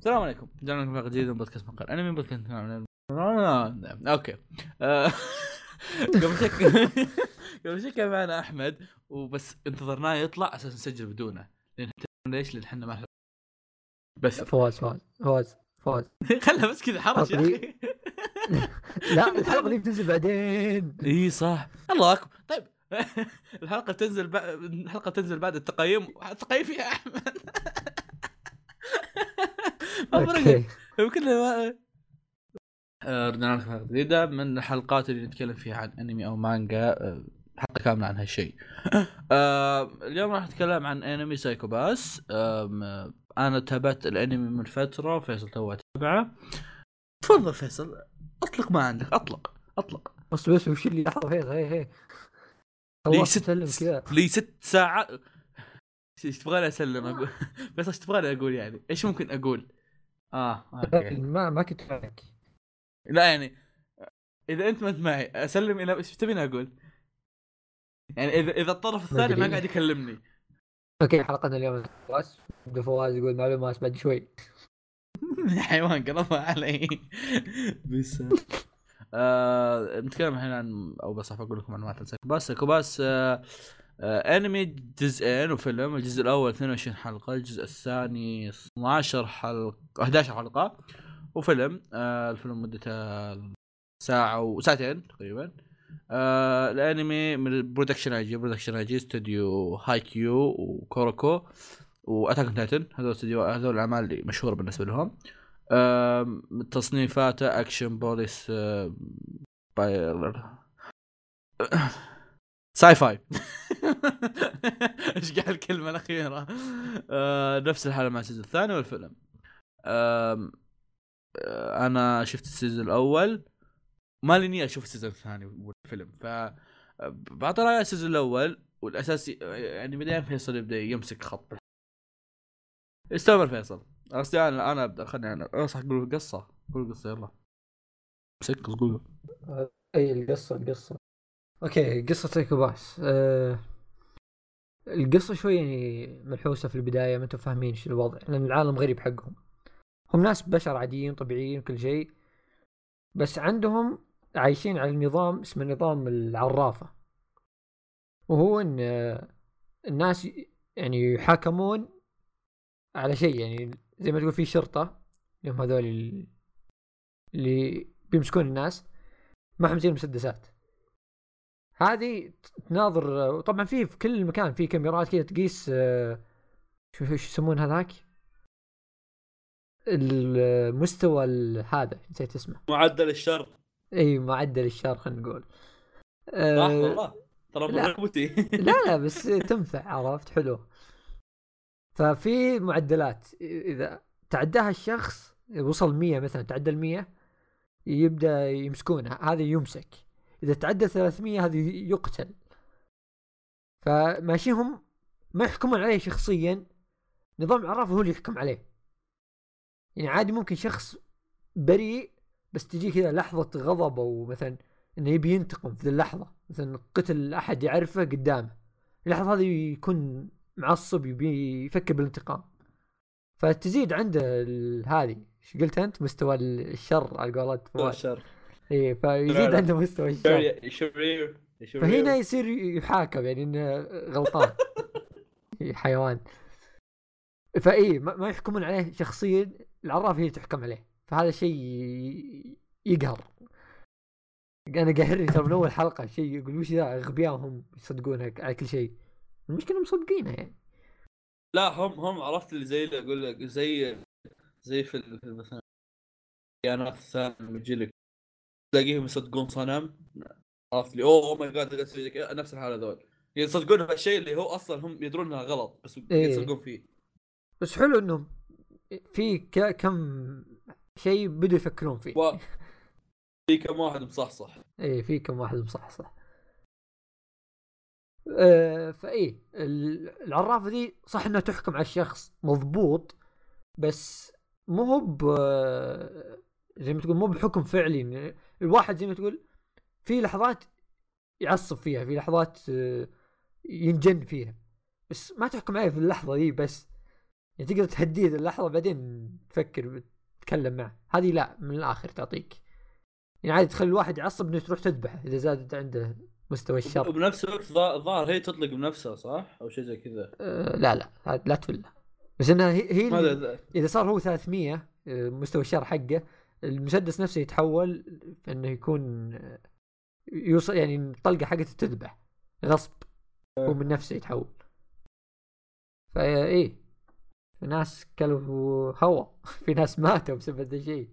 السلام عليكم، جانا لكم حلقة جديدة من بودكاست مقال انمي بودكاست. اوكي. قبل شك قبل شك معنا احمد، وبس انتظرناه يطلع اساس نسجل بدونه. ليش؟ لان احنا ما بس فواز خلها بس كذا حرج يا اخي. لا الحلقة دي بتنزل بعدين. اي صح، الله اكبر. طيب. الحلقة تنزل بعد التقييم فيها احمد. اوكي يمكن رجعنا لكم حلقة جديدة من الحلقات اللي نتكلم فيها عن انمي او مانجا، حلقة كاملة عن هالشيء. اليوم راح نتكلم عن انمي سايكو باس. انا تابعت الانمي من فترة، فيصل توه تابعه. تفضل فيصل، اطلق ما عندك، اطلق. بس وش اللي لحظة هي لي 6 ساعات. ايش تبغاني اسلم اقول؟ بس ايش تبغاني اقول يعني؟ ايش ممكن اقول؟ اوكي. ما كنت معك. لا يعني اذا انت ما انت معي اسلم الى ايش تبيني اقول؟ يعني اذا الطرف الثاني ما قاعد يكلمني. اوكي، حلقتنا اليوم فواز يقول معلومات بعد شوي. حيوان قربها علي. بس نتكلم الحين عن، او بس اقول لكم معلومات عن سايكو باس. انمي جزئين وفيلم. الجزء الاول 22 حلقه، الجزء الثاني 12 حلقه 11 حلقه، وفيلم. الفيلم مدته ساعه وساعتين تقريبا. الانمي من برودكشن اي جي استوديو هاي كيو وكوروكو واتاك تايتن. هذول الاعمال اللي مشهوره بالنسبه لهم. تصنيفاته اكشن بوليس ساي فاي. ايش قال الكلمه الاخيره؟ نفس الحاله مع السيزون الثاني والفيلم. انا شفت السيزون الاول، ما لي نية اشوف السيزون الثاني والفيلم، ف بعطي رايي السيزون الاول والاساسي. يعني بدايه فيصل يبدا يمسك خط. استمر فيصل. قصدي انا ابدا. خليني انا صح اقول قصه. قول قصه يلا. مسك قول. اي القصة اوكي، قصة سايكو باس. القصة شوي يعني ملحوسة في البداية، ما انتم فاهمين شو الوضع لان العالم غريب حقهم. هم ناس بشر عاديين طبيعيين كل شيء، بس عندهم عايشين على نظام اسمه نظام العرافة. وهو ان الناس يعني يحاكمون على شيء، يعني زي ما تقول في شرطة اللي هم هذول اللي بيمسكون الناس معهم زي المسدسات هذه تناظر. طبعا في كل مكان في كاميرات كذا تقيس شو يسمون هذاك المستوى هذا نسيت اسمه. معدل الشر. اي معدل الشر خلينا نقول. صح والله، ترى من ركبتي. لا بس تنفع، عرفت؟ حلو. ففي معدلات اذا تعداها الشخص، وصل 100 مثلا، تعدى 100 يبدا يمسكونه، هذا يمسك. اذا تعدى 300 هذا يقتل. فماشيهم ما يحكمون عليه شخصيا، نظام العرافة هو اللي يحكم عليه. يعني عادي ممكن شخص بريء بس تجي كذا لحظة غضب او مثلا انه يبي ينتقم في اللحظة، مثلا قتل احد يعرفه قدامه، اللحظة هذه يكون معصب يبي يفكر بالانتقام، فتزيد عنده هذه ايش قلت انت، مستوى الشر على قولت فواز. الشر. ايه، فيزيد عنده مستوى الشر. شرير. فهنا يصير يحاكم يعني انه غلطان. حيوان. فايه ما يحكمون عليه شخصيا، العرافة هي تحكم عليه، فهذا شيء يقهر. انا قاهرني ترى من اول حلقه، شيء يقول وش ذا غبيانهم يصدقونها على كل شيء. المشكله مصدقينها يعني. لا هم عرفت اللي زي اللي اقول لك، زي في مثلا كيانات الثانيه بيجي لك تلاقيهم يصدقون صنم. عرفت لي اوه ماي جاد نفس الحاله ذول يصدقون هالشيء اللي هو اصلا هم يدرون انه غلط بس إيه. يصدقون فيه. بس حلو انهم في كم شيء بدوا يفكرون فيه. في كم واحد مصحصح. ايه، في كم واحد مصحصح. فايه العرافه دي صح انها تحكم على الشخص مضبوط، بس مو هو زي ما تقول مو بحكم فعلي. الواحد زي ما تقول في لحظات يعصب فيها، في لحظات ينجن فيها، بس ما تحكم عليه في اللحظه دي بس. يعني تقدر تهديه اللحظه بعدين تفكر تتكلم معه. هذه لا، من الاخر تعطيك يعني عادي تخلي الواحد يعصب انه تروح تذبحه اذا زادت عنده مستوى الشر. وبنفس الوقت الظاهر هي تطلق بنفسها صح او شيء زي كذا. لا لا لا تفله، بس انها هي اللي هذا اذا صار هو 300 مستوى الشر حقه، المسدس نفسه يتحول انه يكون يوصل يعني الطلقه حقته تذبح غصب، هو من نفسه يتحول. فايه في ناس كلوا هوا في ناس ماتوا بسبب هذا الشيء.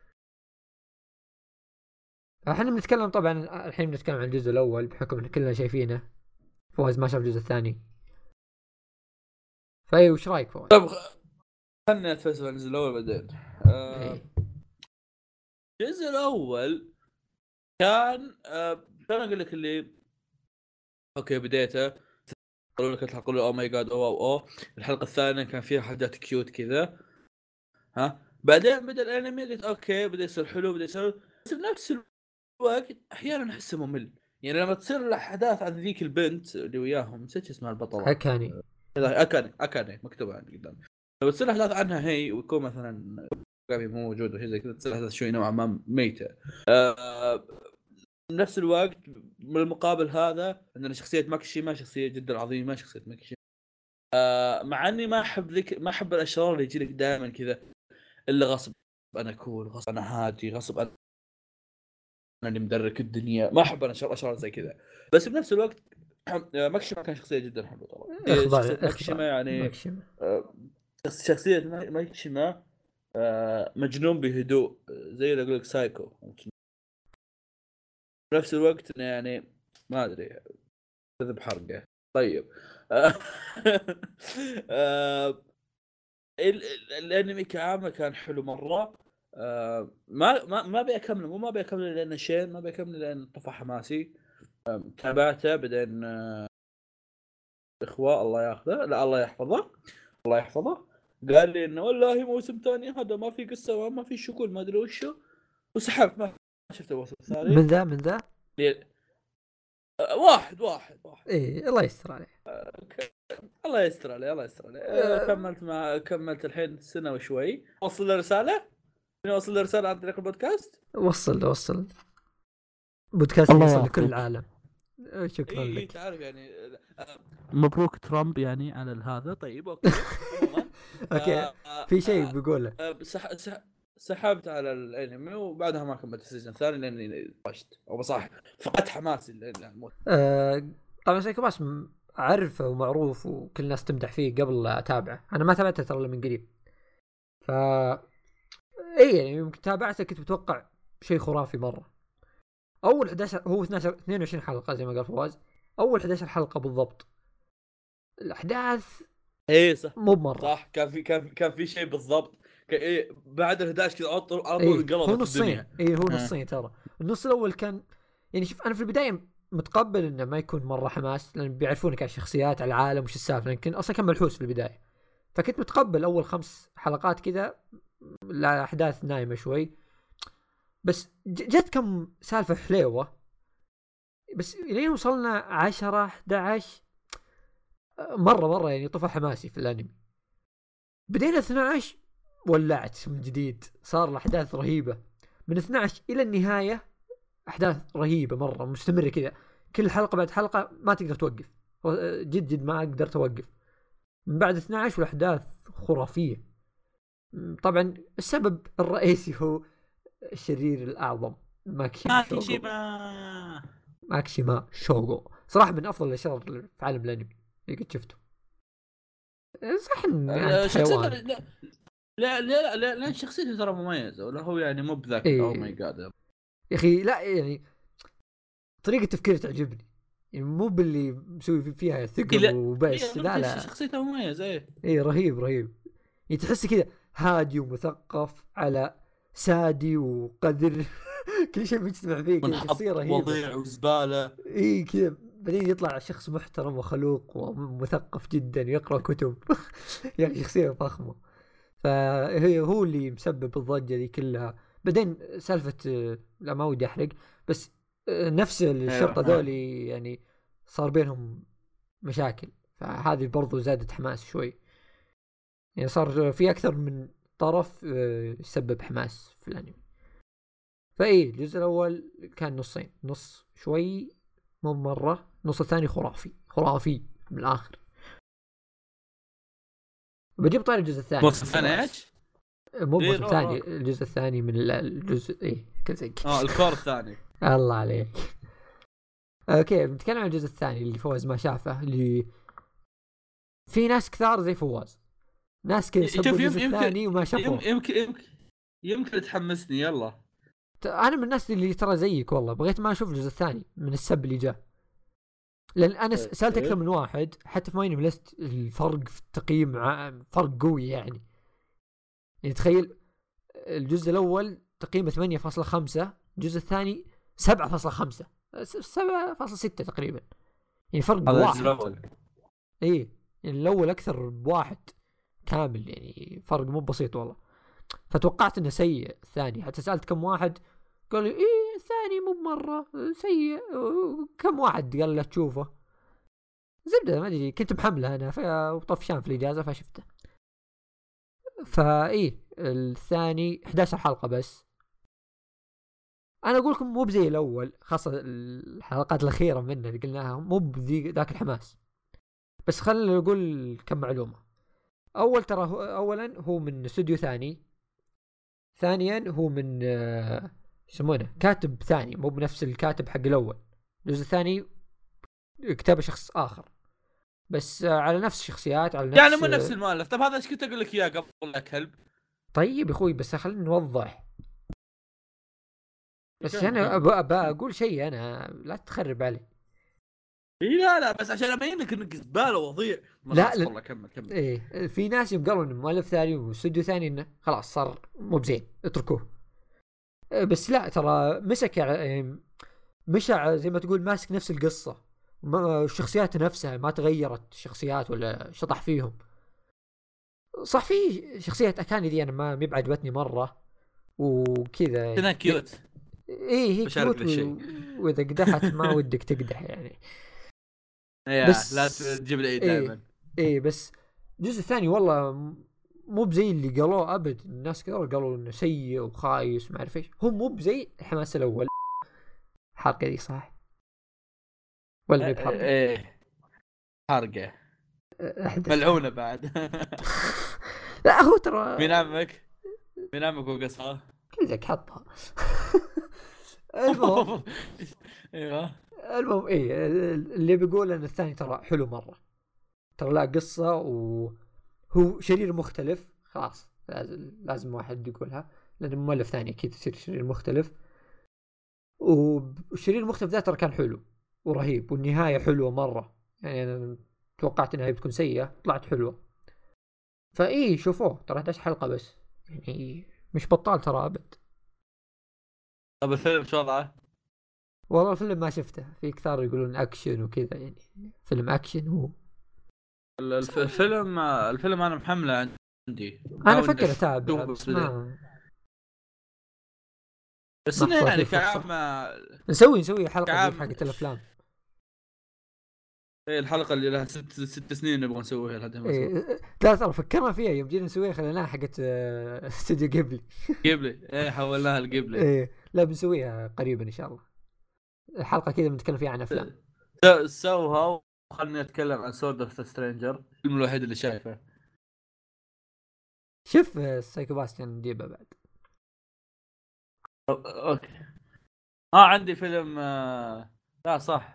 احنا بنتكلم طبعا الحين بنتكلم عن الجزء الاول بحكم ان كلنا شايفينه، فواز ما شاف الجزء الثاني. فاي وش رايك فواز؟ طيب خلنا نتفلسف عن الجزء الاول بعدين. إيه. الجزء الاول كان خليني اقول لك اللي اوكي بديته قالوا لك الحلقه الاولى او ماي جاد او الحلقه الثانيه كان فيها حاجات كيوت كذا، ها بعدين بدا الانمي قلت اوكي بدا يصير حلو بدا يصير، بس بنفس الوقت احيانا احسه ممل. يعني لما تصير الاحداث عن ذيك البنت اللي وياهم نسيت اسمها البطله هكاني اكاني مكتوبه عندي قدامي، لما تصير الاحداث عنها هي ويكون مثلا قامي مو موجود وشيء زي كذا تصير الاحداث شوي نوعا ما ميته. بنفس الوقت بالمقابل هذا عندنا شخصيه ماكشيما، شخصيه جدا عظيمه شخصيه ماكشيما. مع اني ما احب ما احب الاشرار اللي يجي لك دائما كذا الا غصب انا كول غصب انا هادي غصب انا اللي مدرك الدنيا، ما احب انا اشرار زي كذا. بس بنفس الوقت ماكشيما كان شخصيه جدا حلوه طبعا. شخصيه ماكشيما يعني شخصيه ماكشيما مجنون بهدوء زي اللي اقول لك سايكو. بنفس الوقت يعني ما ادري كذب حرقه. طيب الانمي كعامه كان حلو مره. ما ابي اكمله، مو ما ابي اكمله لان شين، ما ابي اكمله لان طفى حماسي. تابعته بعدين اخوه الله ياخذه لا الله يحفظه الله يحفظه قال لي انه والله موسم ثاني هذا ما في قصه ما في شغل ما ادري وشو، وسحبت ما شفت الموسم الثاني. من ذا واحد ايه الله يستر عليه. الله يستر عليه الله يستر عليه. كملت الحين سنه وشوي. وصل له رساله وصل له رساله عن طريق البودكاست. وصل بودكاست يوصل لكل العالم. شكرا إيه لك. تعرف يعني مبروك ترامب يعني على هذا. طيب اوكي اوكي في شيء بقوله. سحبت على الانمي وبعدها ما كملت السيزون الثاني لاني طشت او بصح فقدت حماسي طبعا سايكو باس عارفه ومعروف وكل الناس تمدح فيه قبل لا اتابعه. انا ما تابعته ترى من قريب، ف اي يعني يمكن تابعته كنت متوقع شيء خرافي مره. اول 11 هو 22 حلقه زي ما قال فواز. اول 11 حلقه بالضبط الاحداث ايه صح مو بمره صح. كان في شيء بالضبط. إيه بعد ال11 كذا على طول قلبت هو نصين. هو نصين ترى. النص الاول كان يعني شوف انا في البدايه متقبل انه ما يكون مره حماس لان بيعرفونك على الشخصيات على العالم وش السالفه، لكن اصلا كان ملحوس في البدايه. فكنت متقبل اول 5 حلقات كذا الاحداث نايمه شوي، بس جت كم سالفه حليوه. بس لين وصلنا 10 11 مره يعني طفى حماسي في الانمي. بدينا 12 ولعت من جديد، صار الاحداث رهيبه من 12 الى النهايه. احداث رهيبه مره مستمره كذا، كل حلقه بعد حلقه ما تقدر توقف. جد ما قدرت اوقف من بعد 12 والاحداث خرافيه. طبعا السبب الرئيسي هو الشرير الاعظم ماكشيما شوغو. صراحه من افضل الاشرار في عالم الانمي اللي قد شفته. صح انه حيوان لا شخصيته ترى مميزه ولا هو يعني مو بذاك او ماي جاد يا اخي. لا يعني طريقه تفكيره تعجبني، يعني مو باللي مسوي فيها ثقل وبس. لا شخصيته مميزه. ايه رهيب يعني تحس كذا هادي ومثقف على سادي وقدر كل شيء مجتمع فيه كذا. شخصيه رهيبه وضيع وزباله. ايه كذا بعدين يطلع شخص محترم وخلوق ومثقف جدا يقرأ كتب يا اخي شخصيه فخمه. هو اللي مسبب الضجه دي كلها. بعدين سالفه لا ما ودي احرق، بس نفس الشرطه ذولي يعني صار بينهم مشاكل، فهذه برضو زادت حماس شوي. يعني صار في اكثر من طرف يسبب حماس في الانمي. فايه الجزء الاول كان نصين، نص شوي مو مره، النص الثاني خرافي خرافي من الاخر. بجيب طاري الجزء الثاني. موسم ثاني ايش؟ مو إيه موسم ثاني، الجزء الثاني من الجزء ايه كذا. الكور الثاني. الله عليك. اوكي بنتكلم عن الجزء الثاني اللي فواز ما شافه، اللي في ناس كثار زي فواز، ناس كذا سبوا الجزء الثاني وما شافوه. يمكن تحمسني. يلا انا من الناس اللي ترى زيك والله، بغيت ما اشوف الجزء الثاني من السب اللي جاء، لان انا سالت اكثر من واحد حتى في مايني ليست، الفرق في التقييم فرق قوي يعني تخيل الجزء الاول تقييمه 8.5، الجزء الثاني 7.5 7.6 تقريبا، يعني فرق هذا واحد. الجزء الاول ايه يعني الاول اكثر بواحد كامل، يعني فرق مو بسيط والله. فتوقعت انه سيء الثاني، حتى سالت كم واحد قال لي ايه الثاني مو مره سيء، كم واحد قال له تشوفه زبده ما ادري، كنت محمله انا وطفشان في الاجازه فشفته. فايه الثاني 11 حلقه بس، انا اقول لكم مو بزي الاول، خاصه الحلقات الاخيره منه اللي قلناها مو بذي ذاك الحماس. بس خلينا نقول كم معلومه. اولا هو من استوديو ثاني، ثانيا هو من يسمونه كاتب ثاني، مو بنفس الكاتب حق الاول. الجزء الثاني كتابه شخص اخر، بس على نفس الشخصيات، على نفس يعني مو نفس المؤلف. طب هذا ايش كنت اقول لك اياه قبل يا كلب؟ طيب يا اخوي بس خلينا نوضح، بس انا اقول شيء، انا لا تخرب علي. لا بس عشان ابين لك انك زباله وضيع. لا والله كمل. ايه في ناس يوم قالوا انه مؤلف ثاني واستوديو ثاني انه خلاص صار مو بزين اتركوه، بس لا ترى مسك يعني مشى زي ما تقول ماسك نفس القصه، الشخصيات نفسها ما تغيرت الشخصيات ولا شطح فيهم. صح في شخصيه اكاني دي انا ما بعجبتني مره وكذا، كذا كيوت. ايه هي كيوت واذا قدحت ما ودك تقدح يعني. بس لا تجيب العيد دائما. ايه بس الجزء الثاني والله مو بزي اللي قالوه ابد، الناس كثير قالوا انه سيء وخايس وما اعرف ايش، هو مو بزي الحماس الاول. حرقه دي صح ولا مي بحرقه؟ ايه حرقه ملعونه بعد. لا هو ترى مين عمك وقصها كلك حطها. المهم ايوه المهم ايه اللي بيقول ان الثاني ترى حلو مره، ترى لا قصه وهو شرير مختلف، خلاص لازم واحد يقولها، لان مؤلف ثاني اكيد يصير شرير مختلف، والشرير المختلف ذا ترى كان حلو ورهيب، والنهايه حلوه مره، يعني انا توقعت انها بتكون سيئه طلعت حلوه. فايه شوفوه ترى 11 حلقه بس، يعني مش بطال ترى ابد. طب الفيلم شو وضعه؟ والله الفيلم ما شفته، في كثار يقولون اكشن وكذا، يعني فيلم اكشن هو. الفيلم انا محمله عندي، انا افكر اتابع بس بس انه يعني كعام نسوي حلقه حقت الافلام. ايه الحلقه اللي لها 6 سنين نبغى نسويها لهذا لا ترى فكرنا فيها يوم جينا نسويها، خليناها حقت استوديو قبلي. ايه حولناها لقبلي. ايه لا بنسويها قريبا ان شاء الله، الحلقه كذا بنتكلم فيها عن افلام. سوها وخلني اتكلم عن سورد اوف سترينجر، الفيلم الوحيد اللي شايفه. شوف سايكو باس كان نجيبه بعد. اوكي عندي فيلم لا صح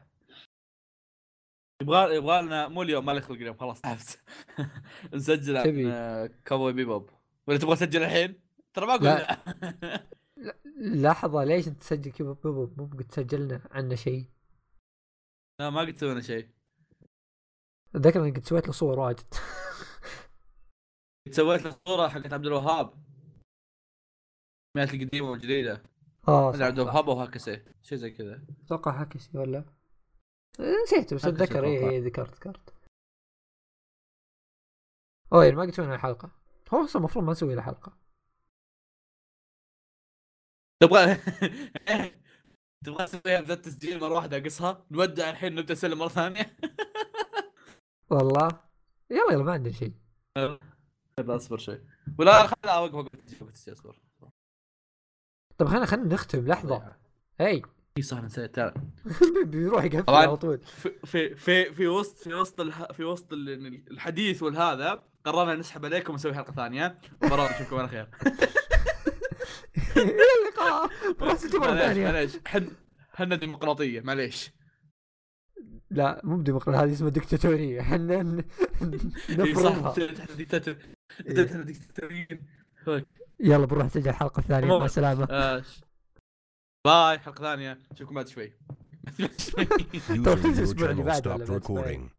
يبغى لنا مو اليوم، ما لي خلق اليوم خلاص تعبت. نسجل عن كاوبوي بيبوب، ولا تبغى تسجل الحين؟ ترى ما اقول لا. لحظه ليش انت تسجل كاوبوي بيبوب؟ مو قد سجلنا عنه شيء. لا ما قد سوينا شيء. ذكر اني قد سويت له صور واجد. سويت له صوره حقت عبد الوهاب، مئات القديمه والجديده. صح عبد الوهاب وهاكسي شيء زي كذا، اتوقع هاكسي ولا نسيت، بس اتذكر ايه ذكرت. يعني ما قد سوينا الحلقه، هو اصلا المفروض ما نسوي له حلقه. تبغى نسويها بذات تسجيل مره واحده اقصها نودع الحين نبدا نسلم مره ثانيه. والله يلا ما عندنا شيء. اصبر شوي ولا خلنا اوقف اصبر. طب خلينا نختم لحظه. اي اي صح نسيت تعال. بيروح يقفل طبعاً على طول. في وسط الحديث والهذا قررنا نسحب عليكم ونسوي حلقه ثانيه. مرة نشوفكم على خير. الى اللقاء. فرصتي مره ثانيه. معليش حنا ديمقراطيه معليش. لا مو بديمقراطيه، هذه اسمها دكتاتوريه. احنا نفرضها. ديكتاتوريين. يلا بنروح نسجل الحلقه الثانيه. مع السلامه. باي. حلقه ثانيه نشوفكم بعد شوي. User in your channel stopped recording.